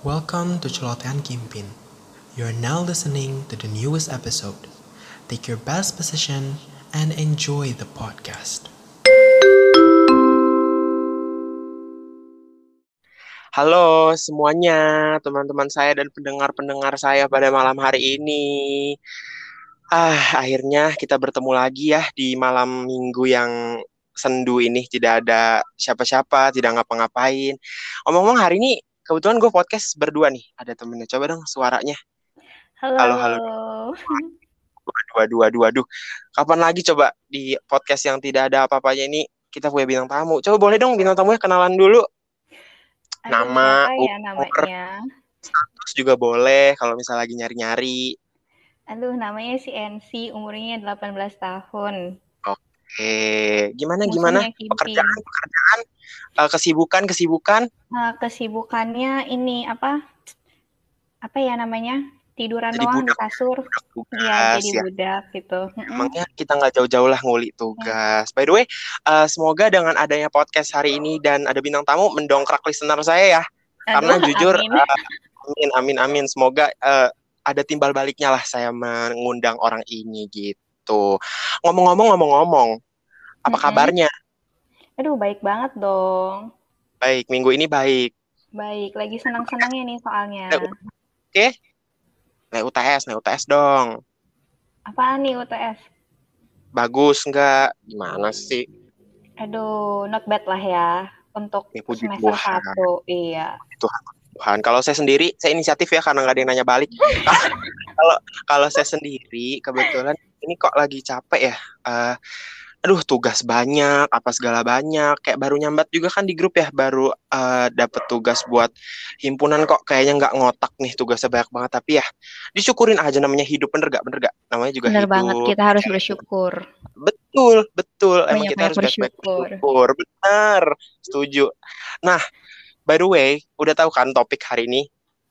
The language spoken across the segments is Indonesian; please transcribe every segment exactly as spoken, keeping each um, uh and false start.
Welcome to Celotehan Kimpin. You are now listening to the newest episode. Take your best position and enjoy the podcast. Halo semuanya, teman-teman saya dan pendengar-pendengar saya pada malam hari ini. Ah, akhirnya kita bertemu lagi ya di malam minggu yang sendu ini. Tidak ada siapa-siapa, tidak ngapa-ngapain. Omong-omong hari ini kebetulan gue podcast berdua nih. Ada temennya, coba dong suaranya. Halo, Halo, halo. halo. Waduh, waduh, waduh, waduh. Kapan lagi coba di podcast yang tidak ada apa-apanya ini kita punya bintang tamu. Coba boleh dong bintang tamunya kenalan dulu. Aduh, Nama, siapa ya umur, namanya? status juga boleh kalau misalnya lagi nyari-nyari. Aduh, namanya si Ensi, umurnya delapan belas tahun. Oke, gimana gimana Musuhnya Kimpin. pekerjaan pekerjaan uh, kesibukan kesibukan Nah, kesibukannya ini apa? Apa ya namanya? Tiduran jadi doang di budak kasur. budak Iya, tugas jadi ya. budak gitu. Mm-mm. Emangnya kita nggak jauh-jauh lah nguli tugas. By the way, uh, semoga dengan adanya podcast hari ini dan ada bintang tamu mendongkrak listener saya ya. Karena Aduh, jujur, amin. uh, amin amin amin. Semoga uh, ada timbal baliknya lah saya mengundang orang ini gitu. Ngomong-ngomong ngomong-ngomong, apa Mm-mm. kabarnya? Aduh, baik banget dong. Baik, minggu ini baik. Baik, lagi senang-senangnya nih soalnya. Oke, naik U T S, naik U T S dong. Apaan nih U T S? Bagus nggak? Gimana sih? Aduh, not bad lah ya untuk Ya, puji semester Tuhan. satu. Iya. Tuhan, Tuhan. Kalau saya sendiri, saya inisiatif ya karena nggak ada yang nanya balik. Kalau kalau saya sendiri, kebetulan ini kok lagi capek ya. Uh, aduh, tugas banyak, apa segala banyak. Kayak baru nyambat juga kan di grup ya, baru uh, dapet tugas buat himpunan kok kayaknya nggak ngotak nih tugasnya banyak banget. Tapi ya disyukurin aja namanya hidup, bener gak? Bener gak? Namanya juga Bener hidup. banget, kita harus bersyukur. Betul, betul. Emang kita Banyak-banyak harus baik-baik bersyukur. bersyukur. Benar, setuju. Nah, by the way, udah tahu kan topik hari ini?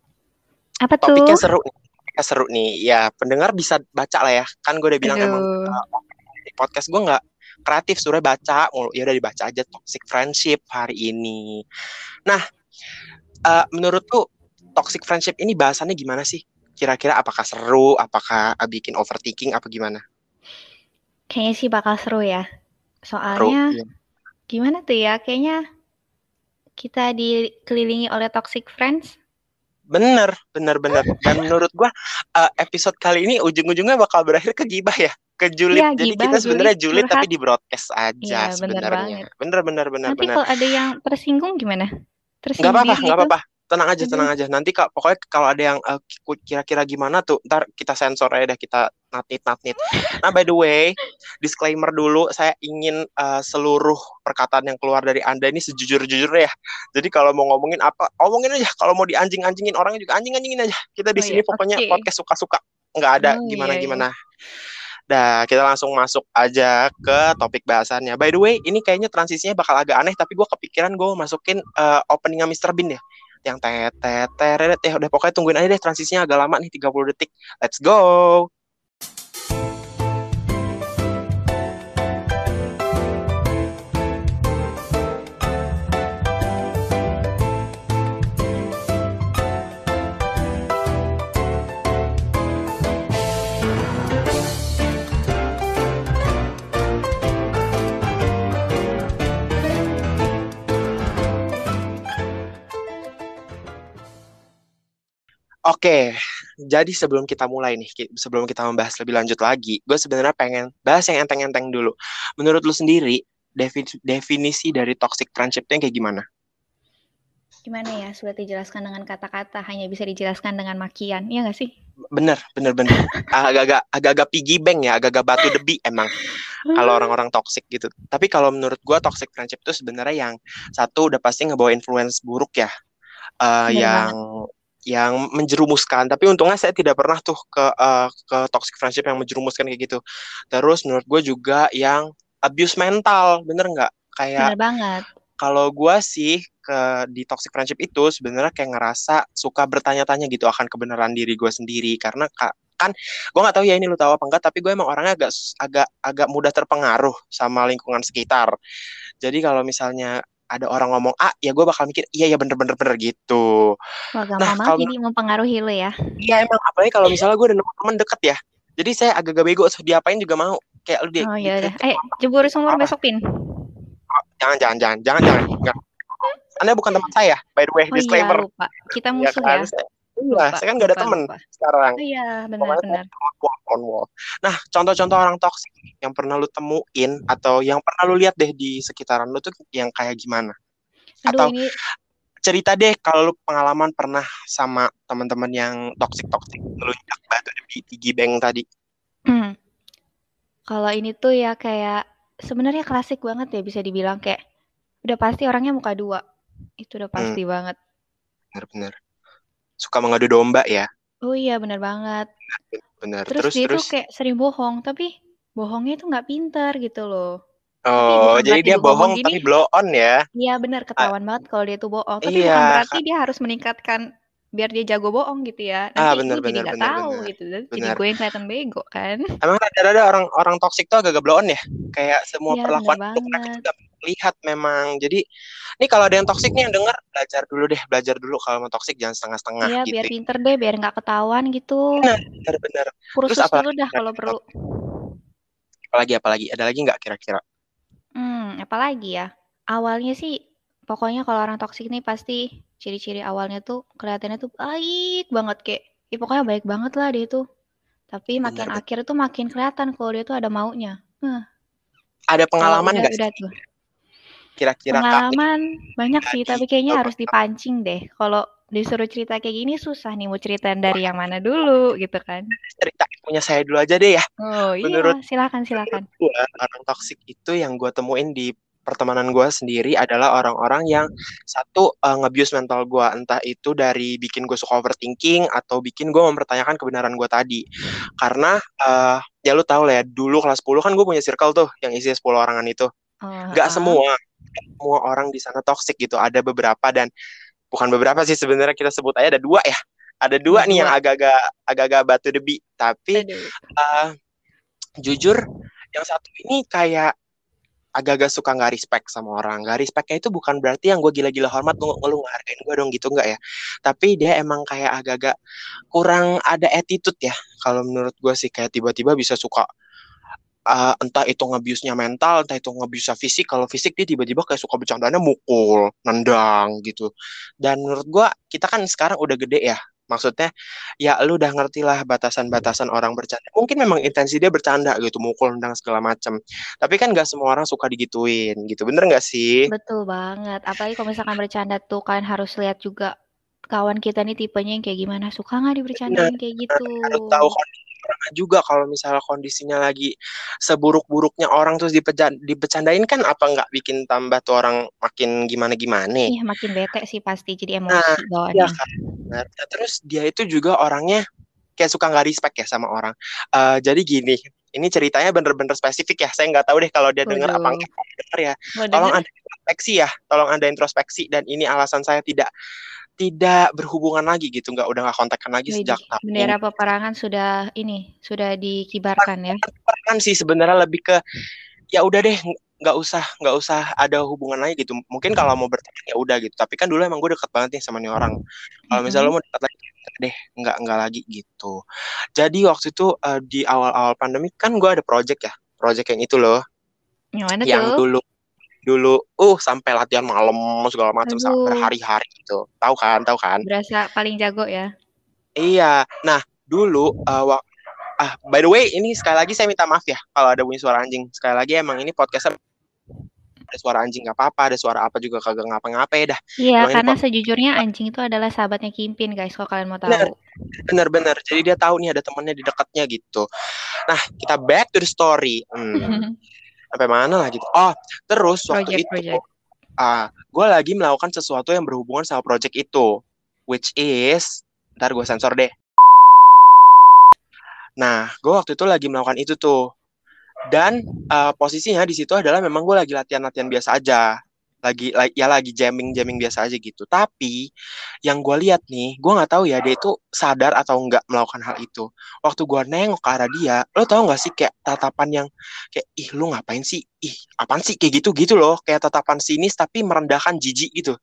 Apa tuh? Topiknya seru nih. Topiknya seru nih. Ya, pendengar bisa baca lah ya. Kan gue udah bilang Aduh. emang uh, di podcast gue nggak kreatif, suruh baca. Ya udah dibaca aja toxic friendship hari ini. Nah, uh, menurut lu toxic friendship ini bahasannya gimana sih? Kira-kira apakah seru? Apakah bikin overthinking? Apa gimana? Kayaknya sih bakal seru ya. Soalnya Seru, iya. gimana tuh ya? Kayaknya kita dikelilingi oleh toxic friends. Bener, bener, bener. Dan menurut gua uh, episode kali ini ujung-ujungnya bakal berakhir ke gibah ya, ke julid. Iya, Jadi gibah, kita sebenarnya julid, julid tapi curhat. di broadcast aja Iya, bener sebenarnya. banget. Bener, bener, bener, Nanti bener. kalau ada yang tersinggung gimana? Nggak Tersindir apa-apa, nggak gitu? apa-apa. Tenang aja, Aduh. tenang aja. Nanti kak, pokoknya kalau ada yang uh, kira-kira gimana tuh, ntar kita sensor aja dah, kita natnit-natnit. Nah, by the way, disclaimer dulu, saya ingin uh, seluruh perkataan yang keluar dari Anda ini sejujur-jujurnya ya. Jadi kalau mau ngomongin apa, omongin aja. Kalau mau dianjing-anjingin orangnya juga anjing-anjingin aja. Kita di Oh sini iya, pokoknya oke. podcast suka-suka. Nggak ada Oh iya, iya. gimana-gimana. Dah, kita langsung masuk aja ke topik bahasannya. By the way, ini kayaknya transisinya bakal agak aneh, tapi gue kepikiran gue masukin uh, openingnya mister Bean ya. Yang tetet teret ya udah pokoknya tungguin aja deh, transisinya agak lama nih, tiga puluh detik. Let's go. Oke, jadi sebelum kita mulai nih, sebelum kita membahas lebih lanjut lagi, gue sebenarnya pengen bahas yang enteng-enteng dulu. Menurut lu sendiri, defi- definisi dari toxic friendship itu yang kayak gimana? Gimana ya? Sudah dijelaskan dengan kata-kata, hanya bisa dijelaskan dengan makian. Iya nggak sih? Bener, bener, bener. Agak-agak agak-agak piggy bank ya, agak-agak batu debi emang. Kalau orang-orang toxic gitu. Tapi kalau menurut gue toxic friendship itu sebenarnya yang satu udah pasti ngebawa influence buruk ya, uh, Bener yang banget. yang menjerumuskan. Tapi untungnya saya tidak pernah tuh ke uh, ke toxic friendship yang menjerumuskan kayak gitu. Terus menurut gue juga yang abuse mental, bener nggak? Kayak Bener banget. kalau gue sih ke di toxic friendship itu sebenarnya kayak ngerasa suka bertanya-tanya gitu akan kebenaran diri gue sendiri karena ka- kan gue nggak tahu ya ini lu tahu apa enggak, tapi gue emang orangnya agak agak agak mudah terpengaruh sama lingkungan sekitar. Jadi kalau misalnya ada orang ngomong A, ya gue bakal mikir iya ya bener-bener bener gitu. Wah, Nah gampang banget kalau jadi mempengaruhi lo ya. iya emang apalagi kalau misalnya gue udah nemu temen deket ya, jadi saya agak-agak bego, so diapain juga mau. Kayak lu di, Oh ya udah. dikritik Eh, jebur sumur apa? besok Pin. Jangan jangan jangan jangan jangan. Enggak. Anda bukan teman saya, by the way, Oh iya, disclaimer. lupa. Kita Iya musuh kan? ya. Saya, iya, Lupa, saya kan gak ada lupa, temen lupa. sekarang. Oh iya, Pokoknya benar-benar. saya wall on wall. Nah, contoh-contoh orang toksik yang pernah lu temuin atau yang pernah lu lihat deh di sekitaran lu tuh yang kayak gimana? Aduh, Atau ini cerita deh kalau lu pengalaman pernah sama teman-teman yang toksik-toksik, lu jak batu di Tigi Bang tadi. hmm, kalau ini tuh ya kayak sebenarnya klasik banget ya, bisa dibilang kayak udah pasti orangnya muka dua. Itu udah pasti banget. Bener-bener. Suka mengadu domba ya. Oh iya, benar banget. Bener. Terus Terus dia terus. tuh kayak sering bohong, tapi bohongnya tuh nggak pintar gitu loh. Tapi Oh, bukan jadi berarti dia dia ngomong bohong gini, tapi blow on ya. iya benar Ah, ketahuan banget kalau dia tuh bohong. Tapi bukan iya, berarti Kak. dia harus meningkatkan biar dia jago bohong gitu ya. Ah, Nanti bener gue jadi bener nggak bener tahu bener. gitu. Jadi Bener. gue yang kelihatan bego kan. Emang rada-rada orang-orang toksik tuh agak-agak blow on ya. Kayak semua Iya, benar perlakuan itu mereka banget. juga lihat memang. Jadi, nih kalau ada yang toksik nih yang denger, belajar dulu deh, belajar dulu kalau mau toksik jangan setengah-setengah Iya, gitu. biar pinter deh, biar nggak ketahuan gitu. Bener, bener, bener. Terus Kursus dulu apalagi dah kalau perlu. apalagi apalagi ada lagi nggak kira-kira? Hmm, apalagi ya? Awalnya sih, pokoknya kalau orang toksik nih pasti ciri-ciri awalnya tuh kelihatannya tuh baik banget kayak, ya pokoknya baik banget lah dia tuh. Tapi makin Bener, bener. akhir tuh makin kelihatan kalau dia tuh ada maunya. Huh, Ada kalau pengalaman udah nggak udah sih tuh. kira-kira Kak nih Pengalaman banyak sih, tadi? tapi kayaknya harus dipancing deh. Kalau disuruh cerita kayak gini susah nih mau ceritain dari yang mana dulu gitu kan. Cerita punya saya dulu aja deh ya. Oh Menurut iya, silakan silakan. gue orang toksik itu yang gue temuin di pertemanan gue sendiri adalah orang-orang yang satu uh, nge-abuse mental gue, entah itu dari bikin gue suka overthinking atau bikin gue mempertanyakan kebenaran gue tadi. Karena uh, ya lu tau lah ya, dulu kelas sepuluh kan gue punya circle tuh yang isinya sepuluh orangan itu. Oh, Gak ah. semua, semua orang di sana toksik gitu. Ada beberapa dan bukan beberapa sih sebenarnya, kita sebut aja ada dua ya. Ada dua Ada nih dua. yang agak-agak agak-agak batu debi. Tapi uh, jujur yang satu ini kayak agak-agak suka nggak respect sama orang. Nggak respectnya itu bukan berarti yang gue gila-gila hormat, lu, lu ngehargain gue dong gitu, nggak ya. Tapi dia emang kayak agak-agak kurang ada attitude ya. Kalau menurut gue sih kayak tiba-tiba bisa suka uh, entah itu nge-abuse-nya mental, entah itu nge-abuse-nya fisik. Kalau fisik dia tiba-tiba kayak suka bercandanya mukul, nendang gitu. Dan menurut gue kita kan sekarang udah gede ya. Maksudnya ya lu udah ngerti lah batasan-batasan orang bercanda. Mungkin memang intensi dia bercanda gitu, mukul, nendang segala macam. Tapi kan gak semua orang suka digituin gitu. Bener gak sih? Betul banget. Apalagi kalau misalkan bercanda tuh kan harus lihat juga kawan kita nih tipenya yang kayak gimana. Suka nggak dibercandain kayak gitu? Harus tahu kondisi orang juga. Kalau misalnya kondisinya lagi seburuk-buruknya orang terus dipecan- dibecandain kan apa nggak bikin tambah tuh orang makin gimana-gimana. Iya, makin bete sih pasti jadi Nah, emosi iya bawaannya. kan. Nah, terus dia itu juga orangnya kayak suka nggak respect ya sama orang. Uh, jadi gini, ini ceritanya bener-bener spesifik ya. Saya nggak tahu deh kalau dia dengar apa enggak. Kalau denger ya, Mau tolong denger? ada introspeksi ya. Tolong ada introspeksi dan ini alasan saya tidak tidak berhubungan lagi gitu, nggak udah nggak kontakkan lagi Widih, sejak tahun ini. bendera peperangan sudah ini sudah dikibarkan ya. Kan sih sebenarnya lebih ke ya udah deh nggak usah nggak usah ada hubungan lagi gitu. Mungkin kalau mau berteman ya udah gitu. Tapi kan dulu emang gue deket banget nih sama nih orang. Kalau misalnya lo mau dekat lagi deh nggak nggak lagi gitu. Jadi waktu itu uh, di awal-awal pandemi kan gue ada project ya, project yang itu loh. Yang mana yang tuh? dulu dulu uh sampai latihan malam segala macam berhari-hari gitu. Tahu kan, tahu kan? Berasa paling jago ya. Iya. Nah, dulu uh, wak- ah by the way ini sekali lagi saya minta maaf ya kalau ada bunyi suara anjing. Sekali lagi emang ini podcastnya ada suara anjing nggak apa-apa, ada suara apa juga kagak ngapa-ngapain dah. Iya, Emang karena ini sejujurnya anjing itu adalah sahabatnya Kimpin guys, kalau kalian mau bener, tahu. bener-bener. Jadi dia tahu nih ada temannya di dekatnya gitu. Nah, kita back to the story. Hmm, sampai mana lah gitu. Oh, terus waktu Project, itu project. uh, gue lagi melakukan sesuatu yang berhubungan sama project itu, which is, ntar gue sensor deh. Nah, gue waktu itu lagi melakukan itu tuh. Dan uh, posisinya di situ adalah memang gue lagi latihan-latihan biasa aja. lagi, lagi ya lagi jamming jamming biasa aja gitu. Tapi yang gue lihat nih, gue nggak tahu ya dia itu sadar atau nggak melakukan hal itu. Waktu gue nengok ke arah dia, lo tau nggak sih kayak tatapan yang kayak ih lu ngapain sih, ih apaan sih kayak gitu gitu loh, kayak tatapan sinis tapi merendahkan jijik gitu.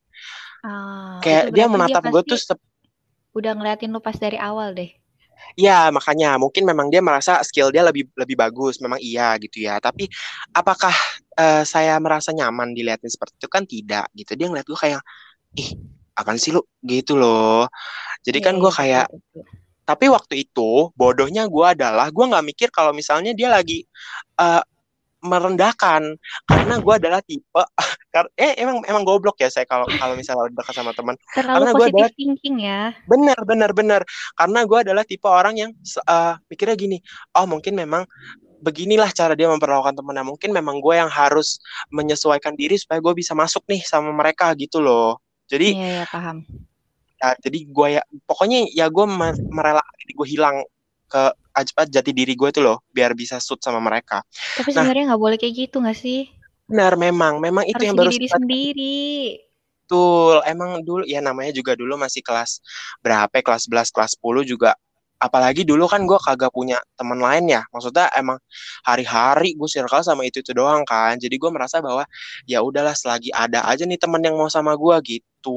Ah, itu Kayak dia berarti dia menatap gue pasti tuh sep- udah ngeliatin lu pas dari awal deh. ya makanya mungkin memang dia merasa skill dia lebih lebih bagus, memang iya gitu ya. Tapi apakah eh, saya merasa nyaman dilihatin seperti itu kan tidak gitu. Dia ngeliat gue kayak ih apaan sih lu gitu loh. Jadi Iya, kan gue iya, betul, kayak, betul. tapi waktu itu bodohnya gue adalah gue nggak mikir kalau misalnya dia lagi eh, merendahkan, karena gue adalah tipe kar- eh emang emang goblok ya saya kalau kalau misalnya udah dekat sama teman, Terlalu karena gue positif adalah thinking ya. benar benar benar karena gue adalah tipe orang yang se- eh, mikirnya gini, oh mungkin memang beginilah cara dia memperlakukan temennya, mungkin memang gue yang harus menyesuaikan diri supaya gue bisa masuk nih sama mereka gitu loh. Jadi Iya, ya, paham. ya, jadi gue ya pokoknya ya gue me- merelakan diri gue hilang ke apa, jati diri gue tuh loh biar bisa shoot sama mereka. Tapi Nah sebenarnya nggak boleh kayak gitu nggak sih? benar, memang memang itu Harus yang jadi baru diri saya sendiri. betul. Emang dulu ya namanya juga dulu masih kelas berapa ya, kelas sebelas kelas sepuluh juga, apalagi dulu kan gue kagak punya teman lain ya, maksudnya emang hari-hari gue circle sama itu itu doang kan, jadi gue merasa bahwa ya udahlah selagi ada aja nih teman yang mau sama gue gitu.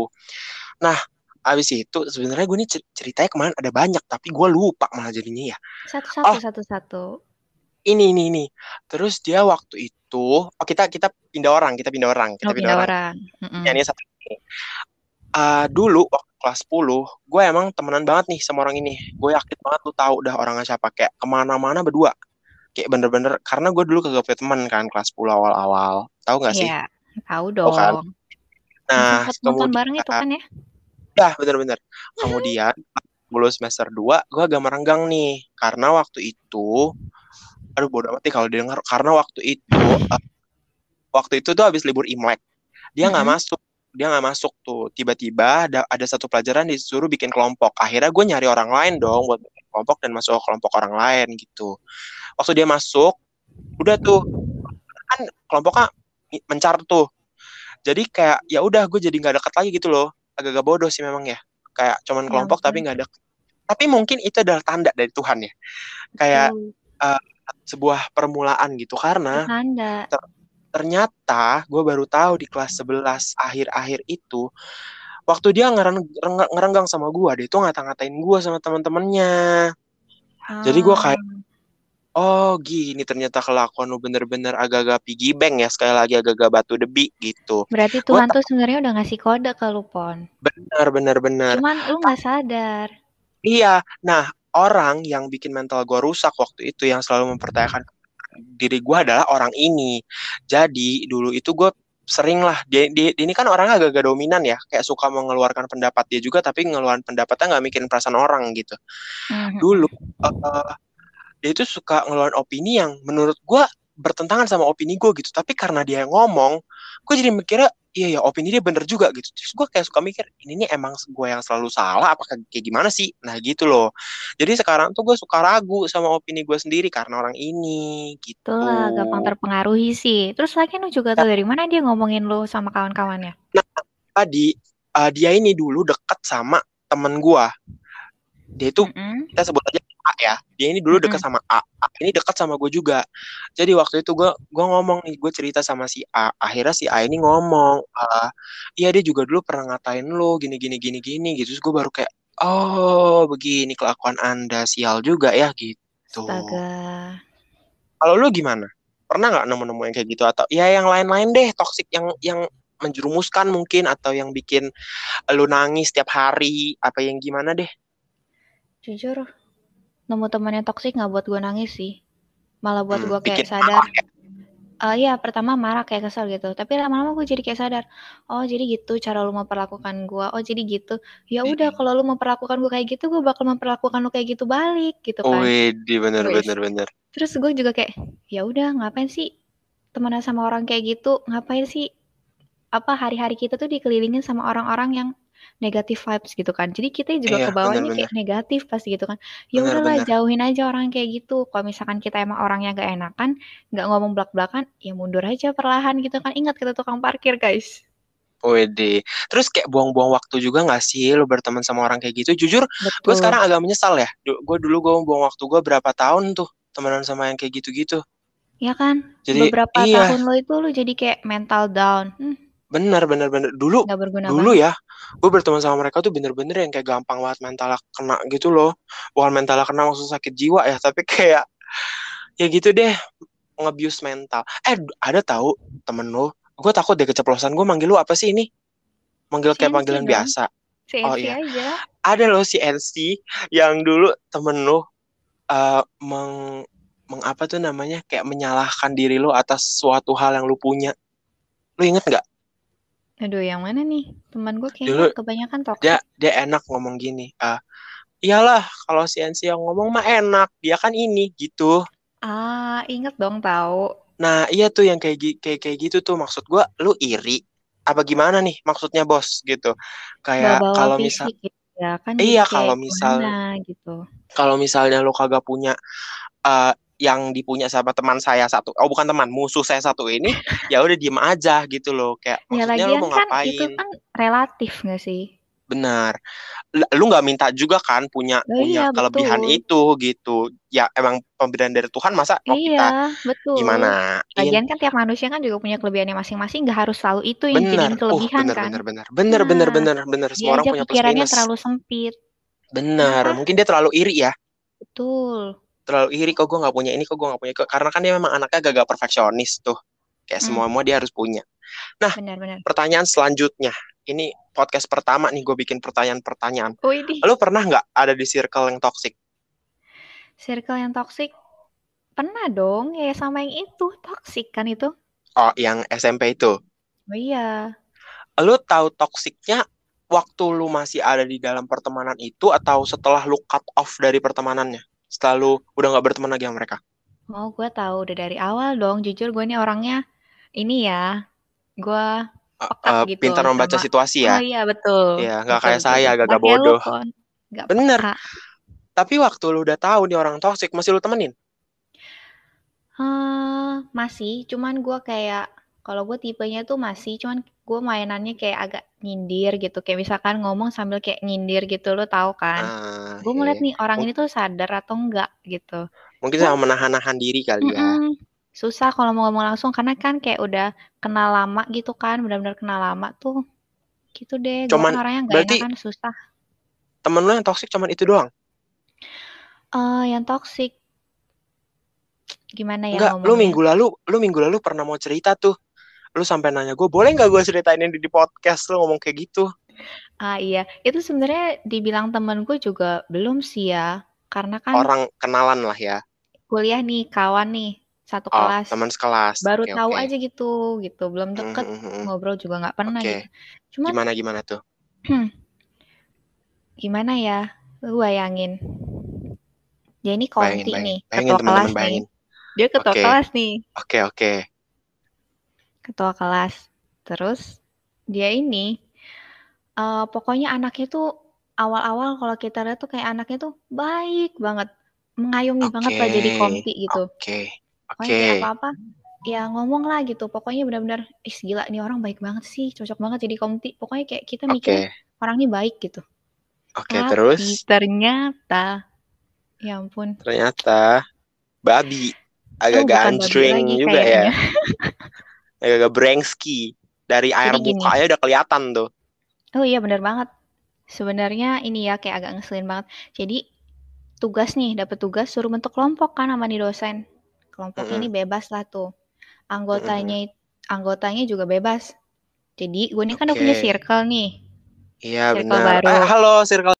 Nah abis itu sebenarnya gue nih cer- ceritanya kemarin ada banyak tapi gue lupa malah jadinya ya. Satu-satu, Oh satu-satu. ini ini ini terus dia waktu itu, oh kita kita pindah orang kita pindah orang kita Oh, pindah pindah orang. orang. Ya, Mm-mm. ini satu ini. Ah, dulu waktu kelas sepuluh, gue emang temenan banget nih sama orang ini. Gue yakin banget lu tahu dah orangnya siapa. Kayak kemana-mana berdua. Kayak bener-bener, karena gue dulu kagak punya teman kan, kelas sepuluh awal-awal. Tahu gak sih? Iya, tahu Oh kan? dong. Yang Nah, sempat nonton kemudian, bareng itu kan ya? ya bener-bener. Kemudian, lulus semester dua, gue agak merenggang nih. Karena waktu itu, aduh bodo amat nih kalau didengar. Karena waktu itu, eh, waktu itu tuh habis libur Imlek. Dia nggak Mm-mm. masuk dia nggak masuk tuh, tiba-tiba ada ada satu pelajaran disuruh bikin kelompok, akhirnya gue nyari orang lain dong buat bikin kelompok dan masuk ke kelompok orang lain gitu. Waktu dia masuk udah tuh kan kelompoknya mencar tuh, jadi kayak ya udah gue jadi nggak deket lagi gitu loh, agak-agak bodoh sih memang ya, kayak cuman Ya kelompok tapi ampun. nggak deket, tapi mungkin itu adalah tanda dari Tuhan ya, kayak Betul. uh, sebuah permulaan gitu, karena Pertanda. ter- ternyata gue baru tahu di kelas sebelas akhir-akhir itu, waktu dia ngereng, ngereng- ngerenggang sama gue, dia tuh ngata-ngatain gue sama teman-temannya. Jadi gue Ah, kayak, oh gini ternyata kelakuan lu bener-bener agak-agak piggy bank ya, sekali lagi agak-agak batu debi gitu. berarti Gue Tuhan tak tuh sebenarnya udah ngasih kode ke lu, Pon. bener bener bener. Cuman lu nggak sadar. Iya, nah orang yang bikin mental gue rusak waktu itu, yang selalu mempertanyakan diri gue adalah orang ini. Jadi dulu itu gue sering lah, dia, dia ini kan orangnya agak-agak dominan ya, kayak suka mengeluarkan pendapat dia juga, tapi ngeluarin pendapatnya nggak mikirin perasaan orang gitu. Dulu Mhm. eh, dia itu suka ngeluarin opini yang menurut gue bertentangan sama opini gue gitu, tapi karena dia yang ngomong gue jadi mikirnya iya ya opini dia bener juga gitu, terus gue kayak suka mikir ini nih emang gue yang selalu salah apa kayak gimana sih, nah gitu loh. Jadi sekarang tuh gue suka ragu sama opini gue sendiri karena orang ini gitu. Itulah gampang terpengaruhi sih. Terus lagi lu juga Ya, tuh dari mana dia ngomongin lu sama kawan-kawannya? nah tadi eh, dia ini dulu deket sama temen gue, dia itu Mm-mm. kita sebut aja A ya, dia ini dulu dekat Mm-mm. sama A, A ini dekat sama gue juga. Jadi waktu itu gue gue ngomong nih, gue cerita sama si A, akhirnya si A ini ngomong, ah iya dia juga dulu pernah ngatain lo gini gini gini gini gitu. Terus gue baru kayak, oh begini kelakuan anda, sial juga ya gitu. Astaga. Kalau lu gimana, pernah nggak nemu-nemu yang kayak gitu, atau ya yang lain-lain deh toksik yang yang menjerumuskan mungkin, atau yang bikin lu nangis tiap hari, apa yang gimana deh? Jujur, nemu teman yang toksik nggak buat gue nangis sih. Malah buat Hmm, gue kayak bikin sadar. Uh, iya, pertama marah kayak kesel gitu. Tapi lama-lama gue jadi kayak sadar. Oh, jadi gitu cara lu memperlakukan gue. Oh, jadi gitu. Ya udah, kalau lu memperlakukan gue kayak gitu, gue bakal memperlakukan lu kayak gitu balik gitu kan. Wih, bener Terus, bener bener. terus gue juga kayak, ya udah ngapain sih temenan sama orang kayak gitu? Ngapain sih apa hari-hari kita tuh dikelilingin sama orang-orang yang negatif vibes gitu kan. Jadi kita juga Iya, kebawanya benar-benar. kayak negatif pasti gitu kan. Ya udahlah Benar-benar. jauhin aja orang kayak gitu. Kalau misalkan kita emang orangnya gak enakan, gak ngomong belak-belakan, ya mundur aja perlahan gitu kan. Ingat kita tukang parkir guys. Wede. Terus kayak buang-buang waktu juga gak sih lu berteman sama orang kayak gitu? Jujur, gue Betul. sekarang agak menyesal ya. Gue dulu gue buang waktu gue berapa tahun tuh temenan sama yang kayak gitu-gitu. Ya kan? Jadi Beberapa iya, tahun lo itu lo jadi kayak mental down. Hmm, benar benar benar. Dulu gak berguna dulu banget. ya, gue berteman sama mereka tuh bener-bener yang kayak gampang banget mentalnya kena gitu loh. Bukan mentalnya kena maksud sakit jiwa ya, tapi kayak ya gitu deh, nge-abuse mental. Eh, ada tahu temen lo? Gue takut deh keceplosan. Gue manggil lu apa sih ini? Manggil kayak C N C panggilan dong. biasa. Oh C N C iya, aja. ada loh si N C yang dulu temen lo uh, meng mengapa tuh namanya kayak menyalahkan diri lo atas suatu hal yang lu punya. Lu inget nggak? Aduh, yang mana nih? Teman gue Dulu kayaknya kebanyakan dia toxic. dia enak ngomong gini. Ah, iyalah kalau si N C yang ngomong mah enak, dia kan ini gitu. Ah, inget dong tahu. Nah, iya tuh yang kayak gi- kayak kayak gitu tuh maksud gua, lu iri apa gimana nih maksudnya bos gitu. Kayak Bawa-bawa kalau misal fisik gitu ya kan jadi iya kayak kalau gimana misal gitu. kalau misalnya lu kagak punya eh, yang dipunya sama teman saya satu, oh bukan teman, musuh saya satu ini, ya udah diem aja gitu loh. Kayak Ya maksudnya lu lagian mau kan itu ngapain? kan relatif gak sih? Benar. L- Lu nggak minta juga kan punya Oh punya iya kelebihan betul. itu gitu. Ya emang pemberian dari Tuhan, masa mau Iya kita betul. gimanain? Lagian kan tiap manusia kan juga punya kelebihannya masing-masing. Gak harus selalu itu yang Benar. dijadiin Uh, kelebihan benar kan? benar benar. Benar benar Nah, benar benar. dia Semua orang aja punya plus pikirannya minus. terlalu sempit. Benar. Kenapa? Mungkin dia terlalu iri ya. Betul. Terlalu iri, kok gue nggak punya ini, kok gue nggak punya. Karena kan dia memang anaknya gagak perfeksionis tuh. Kayak Hmm, semua semua dia harus punya. Nah, benar-benar. pertanyaan selanjutnya. Ini podcast pertama nih gue bikin pertanyaan-pertanyaan. Oh ini Lu pernah nggak ada di circle yang toxic? circle yang toxic pernah dong ya sama yang itu toxic kan itu. Oh, yang S M P itu. Oh iya. Lu tahu toksiknya waktu lu masih ada di dalam pertemanan itu atau setelah lu cut off dari pertemanannya? Setelah lu udah nggak berteman lagi sama mereka? Oh, gue tahu udah dari awal dong. Jujur gue nih orangnya ini ya, gue Uh, peka uh, gitu pintar membaca sama. situasi Oh ya? iya betul, Ya, nggak betul kayak betul saya, betul. Gak agak kayak lu bodoh. kon, gak Bener. peka. Tapi waktu lu udah tahu nih orang toksik, masih lu temenin? Eh masih, cuman gue kayak kalau gue tipenya tuh masih, cuman gue mainannya kayak agak nyindir gitu. Kayak misalkan ngomong sambil kayak nyindir gitu, lo tahu kan? Ah, Gue iya, ngeliat iya. nih orang Mung- ini tuh sadar atau enggak gitu. Mungkin Cuman sama menahan-nahan diri kali ya. mm-mm, susah kalau mau ngomong langsung karena kan kayak udah kenal lama gitu kan, benar-benar kenal lama tuh. Gitu deh, gue kan Cuman, orangnya nggak enak berarti kan, susah. temen lu yang toksik cuman itu doang? Eh, yang toxic, gimana ya Enggak, lu ngomongnya? minggu lalu, lu minggu lalu pernah mau cerita tuh. Lu sampai nanya gue, boleh nggak gue ceritain ini di podcast? Lu ngomong kayak gitu. Ah iya, itu sebenarnya dibilang temenku juga belum sih ya, karena kan Orang kenalan lah ya. kuliah nih, kawan nih, satu Oh, kelas, teman sekelas. baru Oke, tahu oke. aja gitu, gitu, belum Hmm, deket, hmm, hmm, hmm. ngobrol juga nggak pernah Oke. gitu. Cuman Gimana gimana tuh? gimana ya, lu bayangin, dia ini Bayangin, konti bayangin. nih, Bayangin ketua teman-teman, kelas nih, bayangin. dia ketua Oke. kelas nih, Oke, oke. ketua kelas. Terus dia ini, eh, pokoknya anaknya tuh awal-awal kalau kita lihat tuh kayak anaknya tuh baik banget, mengayomi banget lah jadi Oke. konti gitu. Oke. Pokoknya kayak Oke. apa-apa, ya ngomong lah gitu. Pokoknya benar-benar, ih gila nih orang baik banget sih, cocok banget jadi komti. Pokoknya kayak kita mikirnya Oke. orang ini baik gitu. Oke, Tapi terus ternyata, ya ampun, ternyata babi. oh Agak-agak bukan babi anjring lagi juga ya. kayaknya. Agak-agak brengski. Dari air Jadi gini, mukanya udah kelihatan tuh. oh iya benar banget. Sebenarnya ini ya kayak agak ngeselin banget. Jadi tugas nih, dapat tugas suruh bentuk kelompok kan sama nih dosen. Kelompoknya ini Mm-mm. bebas lah tuh. Mm-mm. Anggotanya anggotanya juga bebas. Jadi gue ini kan udah punya Oke. circle nih. Iya, Circle benar. baru. Eh, halo, circle.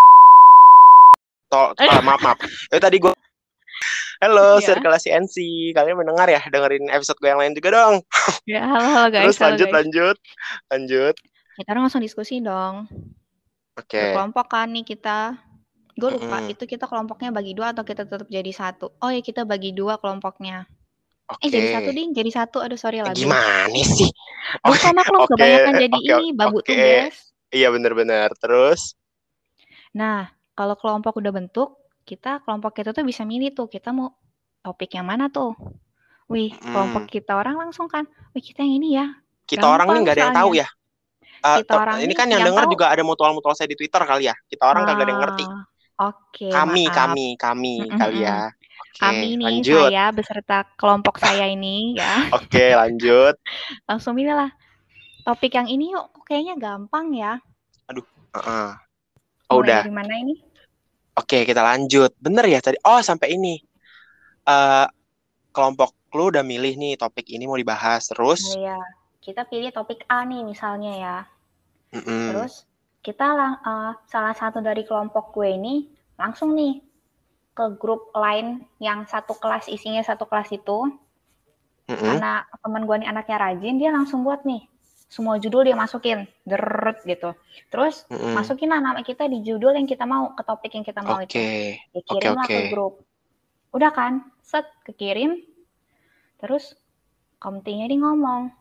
Tol, ah, maaf, maaf. Itu tadi gue. Halo, Iya. circle C N C. Kalian mendengar ya? Dengerin episode gue yang lain juga dong. Ya, halo, halo guys. Terus halo lanjut, guys. lanjut, lanjut. Kita orang langsung diskusi dong. Oke. Berkelompok kan nih kita. Gue lupa, Mm-mm. itu kita kelompoknya bagi dua atau kita tetap jadi satu. Oh ya, kita bagi dua kelompoknya. Oke. Eh, jadi satu ding, jadi satu. Aduh, sorry lah gue. Gimana sih? Lupa maklum, Oke, kebanyakan jadi oke, ini, babu oke. tugas. Iya benar-benar. Terus? Nah, kalau kelompok udah bentuk, kita kelompok kita tuh bisa milih tuh, kita mau topik yang mana tuh. Wih, kelompok Hmm. kita orang langsung kan, wih kita yang ini ya. Kita orang nih Gampang nggak ada yang tahu soalnya. ya. Uh, Kita to- orang ini nih kan yang yang denger tahu. juga ada mutual-mutual saya di Twitter kali ya. Kita orang kagak ada yang ngerti. Ah, oke, Kami, maaf. kami, kami kali Mm-mm-mm. ya. Oke, Kami nih, lanjut. saya beserta kelompok saya ini ya. Oke, lanjut. Langsung milih lah. Topik yang ini yuk, kok kayaknya gampang ya. Aduh, uh-uh. Oh, Mulai udah. dari mana ini? Oke, kita lanjut. Bener ya tadi. Oh, sampai ini. Uh, kelompok lu udah milih nih topik ini mau dibahas. Terus? Iya, kita pilih topik A nih misalnya ya. Mm-mm. Terus kita lang- uh, salah satu dari kelompok gue ini langsung nih ke grup lain yang satu kelas, isinya satu kelas itu. Mm-mm. Karena teman gue nih anaknya rajin, dia langsung buat nih semua judul dia masukin, deret gitu. Terus Mm-mm. masukin lah nama kita di judul yang kita mau, ke topik yang kita mau Oke. itu. Dia Oke, kirim lah oke. ke grup. Udah kan, set kekirim. Terus komtinya dia ngomong,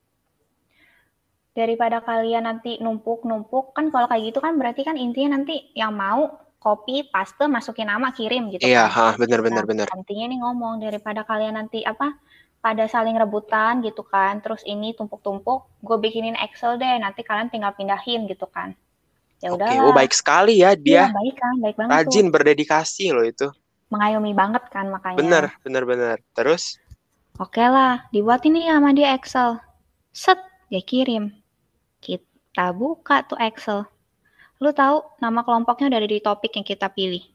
daripada kalian nanti numpuk-numpuk, kan kalau kayak gitu kan berarti kan intinya nanti yang mau copy, paste, masukin nama, kirim gitu Iya, kan. ha, bener, bener, Nah, bener. komtinya nih ngomong, daripada kalian nanti apa, pada saling rebutan gitu kan, terus ini tumpuk-tumpuk, gue bikinin Excel deh, nanti kalian tinggal pindahin gitu kan. Ya Oke, udahlah. oh baik sekali ya dia. Iya, baik kan, baik banget Rajin, tuh. berdedikasi loh itu. Mengayomi banget kan makanya. Bener, bener, bener. Terus? Oke lah, dibuatin nih sama dia Excel. Set, dia kirim. Kita buka tuh Excel. Lu tahu nama kelompoknya udah ada di topik yang kita pilih.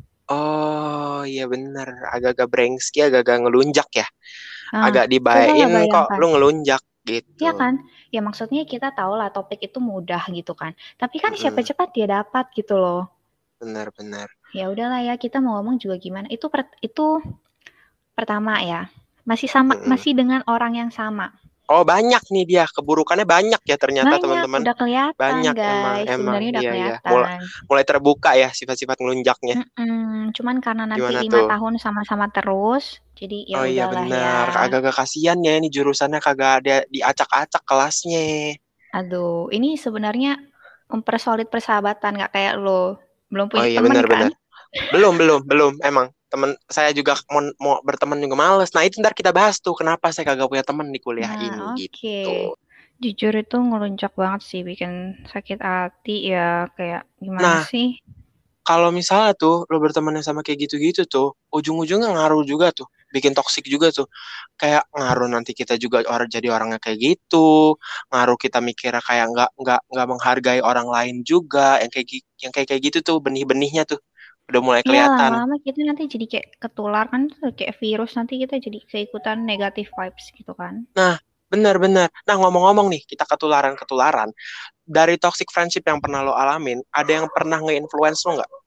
Oh iya bener, agak-agak brengski, agak-agak ngelunjak ya. Nah, Agak coba lah dibayain kok bayangkan. lu ngelunjak gitu. Iya kan? Ya maksudnya kita tahu lah topik itu mudah gitu kan. Tapi kan Mm-mm. siapa cepat dia dapat gitu loh. Benar-benar. Ya udahlah ya, kita mau ngomong juga gimana. Itu per, itu pertama ya. Masih sama Mm-mm. masih dengan orang yang sama. Oh banyak nih dia, keburukannya banyak ya ternyata Banyak, teman-teman. udah kelihatan Banyak guys. emang, emang. Sebenarnya udah Iya, iya. kelihatan. Mulai, mulai terbuka ya sifat-sifat ngelunjaknya. Mm-mm. Cuman karena nanti Gimana lima tuh? tahun sama-sama terus, jadi ya Oh iya udahlah benar, ya. agak-agak kasihan ya ini jurusannya kagak ada diacak-acak kelasnya. Aduh, ini sebenarnya mempersolid persahabatan, nggak kayak lo. Belum Oh punya iya temen kan? benar-benar. Belum, belum, belum. Emang temen saya juga mau, mau berteman juga males. Nah itu ntar kita bahas tuh kenapa saya kagak punya temen di kuliah Nah, ini oke. gitu. Jujur itu ngeluncak banget sih, bikin sakit hati ya, kayak gimana Nah, sih? kalau misalnya tuh lo berteman sama kayak gitu-gitu tuh, ujung-ujungnya ngaruh juga tuh, bikin toksik juga tuh. Kayak ngaruh nanti kita juga orang jadi orangnya kayak gitu, ngaruh kita mikirnya kayak nggak nggak nggak menghargai orang lain juga, yang kayak gi- yang kayak kayak gitu tuh benih-benihnya tuh udah mulai Iya, kelihatan. lama-lama kita nanti jadi kayak ketular kan, kayak virus, nanti kita jadi keikutan negative vibes gitu kan. Nah, benar-benar. Nah, ngomong-ngomong nih, kita ketularan-ketularan. Dari toxic friendship yang pernah lo alamin, ada yang pernah nge-influence lo nggak?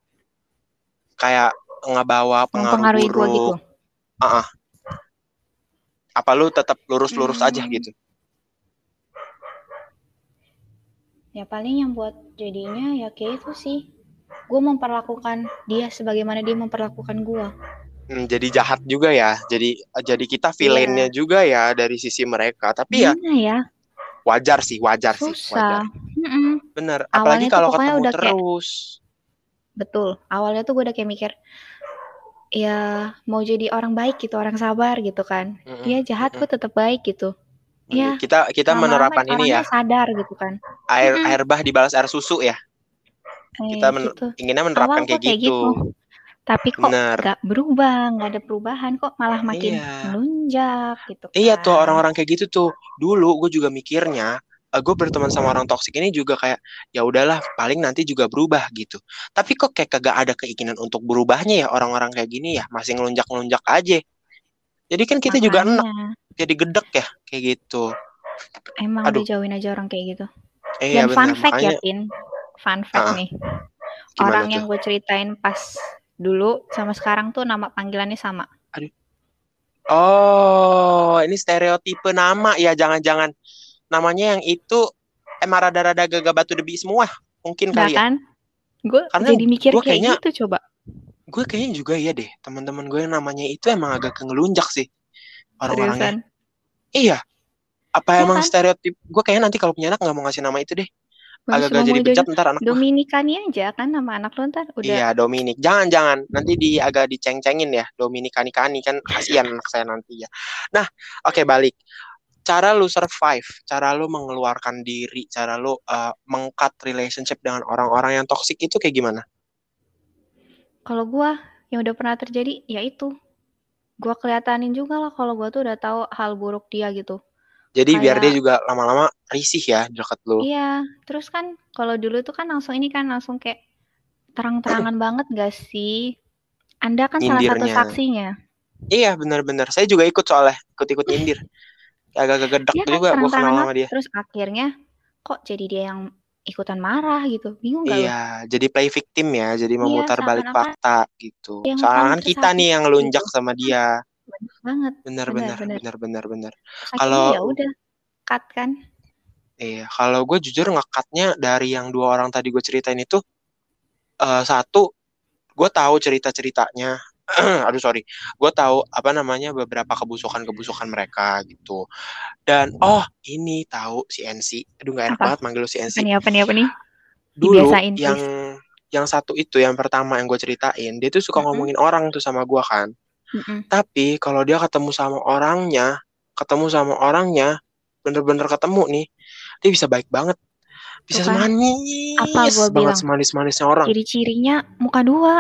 Kayak ngebawa pengaruh Mempengaruhi gue gitu. buruk. Uh-uh. Apa lu tetap lurus-lurus Hmm. aja gitu? Ya paling yang buat jadinya ya kayak itu sih. Gue memperlakukan dia sebagaimana dia memperlakukan gue. Hmm, jadi jahat juga ya. Jadi jadi kita villainnya juga ya dari sisi mereka. Tapi ya Gimana ya? wajar sih, wajar sih, wajar. Susah. Mm-mm. Bener. Awalnya Apalagi tuh kalau pokoknya ketemu udah kayak- terus. Betul. Awalnya tuh gue udah kayak mikir, ya mau jadi orang baik gitu, orang sabar gitu kan. Mm-mm, Dia jahat, mm-mm. gue tetap baik gitu. Ya, Kita kita lama-lama menerapkan ini ya. orangnya sadar gitu kan. Air Mm-mm. air bah dibalas air susu ya. Kita Eh, men- gitu. inginnya menerapkan Awal kayak kok kayak gitu. gitu. Tapi kok Bener. gak berubah, gak ada perubahan, kok malah makin Iya. melunjak gitu kan. Iya tuh orang-orang kayak gitu tuh. Dulu gue juga mikirnya, uh, gue berteman sama orang toksik ini juga kayak ya udahlah paling nanti juga berubah gitu. Tapi kok kayak kagak ada keinginan untuk berubahnya ya orang-orang kayak gini ya, masih ngelunjak-ngelunjak aja. Jadi kan kita juga enak, Makanya, jadi gedek ya kayak gitu. emang Aduh. udah jauhin aja orang kayak gitu. Iya Dan fun bener, fact ya, makanya Pin. Fun fact Ah, nih. gimana Orang tuh? yang gue ceritain pas dulu sama sekarang tuh nama panggilannya sama. Oh, ini stereotipe nama ya, jangan-jangan namanya yang itu emang rada-rada gagah batu debi semua, mungkin Nah kali ya. kan? Gue Karena jadi mikir gua kayak kayaknya- gitu coba. Gue kayaknya juga ya deh, teman-teman gue yang namanya itu emang agak kengelunjak sih orang-orangnya. Seriusan. Iya. Apa Ya emang kan? stereotip? Gue kayaknya nanti kalau punya anak nggak mau ngasih nama itu deh. Bagus agak-agak jadi ngomongin bejat jodoh. ntar anak mah. Dominikani aja kan nama anak lu ntar udah. Iya, Dominik. Jangan-jangan nanti di agak diceng-cengin ya, Dominikani-kani kan kasihan anak saya nanti ya. Nah, oke balik. Cara lu survive, cara lu mengeluarkan diri, cara lu uh, meng-cut relationship dengan orang-orang yang toxic itu kayak gimana? Kalau gua yang udah pernah terjadi ya itu. Gua kelihatanin juga lah kalau gua tuh udah tahu hal buruk dia gitu. Jadi biar dia Kayak juga lama-lama risih ya di dekat lu. iya, terus kan kalau dulu tuh kan langsung ini kan langsung kayak terang-terangan banget gak sih? Anda kan salah satu Nyindirnya. saksinya. Iya, benar-benar. Saya juga ikut soalnya, ikut-ikut nyindir. Agak-agak gedek Iya kan juga gua kenal terang-terangan sama banget. dia. Terus akhirnya kok jadi dia yang ikutan marah gitu. Bingung gak lo? Iya, jadi play victim ya, jadi Iya, memutar balik seakan-akan fakta gitu. yang Soalnya paling kan kita nih yang tersakiti lunjak gitu. sama dia. Banyak banget. Benar, Bener, benar, bener. benar, benar, benar. Terus akhirnya Kalau ya udah cut kan. iya, kalau gue jujur ngekatnya dari yang dua orang tadi gue ceritain itu, eh, satu, gue tahu cerita-ceritanya. Aduh sorry, gue tahu apa namanya beberapa kebusukan-kebusukan mereka gitu. Dan oh ini tahu si N C, aduh nggak enak Apa? banget manggil lu si N Apa C. nih, apa nih, apa nih? Dulu Dibiasain, yang please. yang satu itu yang pertama yang gue ceritain, dia tuh suka Mm-mm. ngomongin orang tuh sama gue kan. Mm-mm. Tapi kalau dia ketemu sama orangnya, ketemu sama orangnya, bener-bener ketemu nih, dia bisa baik banget. Bisa Tuh kan, semanis apa gua banget, bilang? semanis-manisnya orang. Ciri-cirinya muka dua.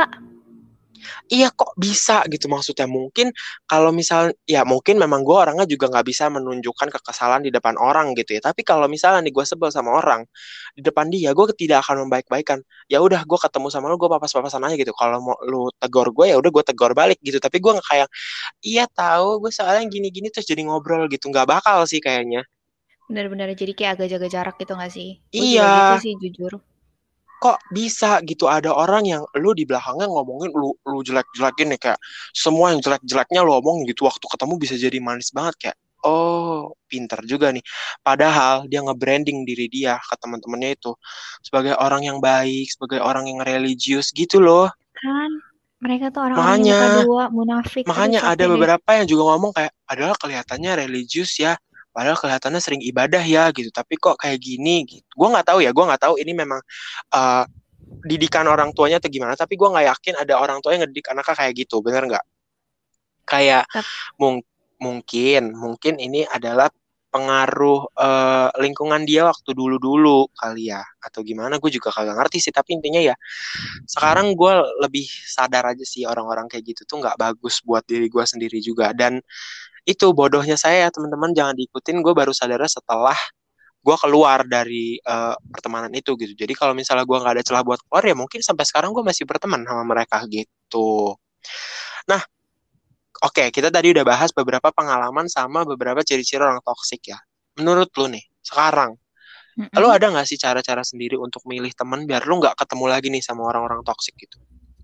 Iya kok bisa gitu maksudnya. Mungkin kalau misal, ya mungkin memang gue orangnya juga nggak bisa menunjukkan kekesalan di depan orang gitu ya. Tapi kalau misalnya nih gue sebel sama orang, di depan dia gue tidak akan membaik-baikan. Ya udah gue ketemu sama lu, gue papas-papasan aja gitu. Kalau mau lu tegur gue ya udah gue tegur balik gitu. Tapi gue nggak kayak, iya tahu gue soalnya gini-gini terus jadi ngobrol gitu. Nggak bakal sih kayaknya. Bener-bener jadi kayak agak jaga jarak gitu gak sih? Gue Iya, juga gitu sih jujur. kok bisa gitu ada orang yang lu di belakangnya ngomongin lu lu jelek-jelekin nih kayak semua yang jelek-jeleknya lu omongin gitu waktu ketemu bisa jadi manis banget kayak oh pinter juga nih padahal dia nge-branding diri dia ke teman-temannya itu sebagai orang yang baik sebagai orang yang religius gitu loh. Kan mereka tuh orang-orang yang Makanya muka dua, munafik. Aduh makanya ada capek deh. beberapa yang juga ngomong kayak adalah kelihatannya religius ya padahal kelihatannya sering ibadah ya gitu tapi kok kayak gini gitu gue nggak tahu ya gue nggak tahu ini memang uh, didikan orang tuanya atau gimana tapi gue nggak yakin ada orang tua yang ngedidik anaknya kayak gitu bener nggak kayak Tep. mung mungkin mungkin ini adalah pengaruh uh, lingkungan dia waktu dulu-dulu kali ya atau gimana gue juga kagak ngerti sih tapi intinya ya sekarang gue lebih sadar aja sih orang-orang kayak gitu tuh nggak bagus buat diri gue sendiri juga dan itu bodohnya saya ya teman-teman jangan diikutin gue baru sadarnya setelah gue keluar dari uh, pertemanan itu gitu. Jadi kalau misalnya gue nggak ada celah buat keluar ya mungkin sampai sekarang gue masih berteman sama mereka gitu. Nah, oke okay, kita tadi udah bahas beberapa pengalaman sama beberapa ciri-ciri orang toksik ya. Menurut lu nih, sekarang, Mm-mm. lu ada nggak sih cara-cara sendiri untuk milih teman biar lu nggak ketemu lagi nih sama orang-orang toksik gitu?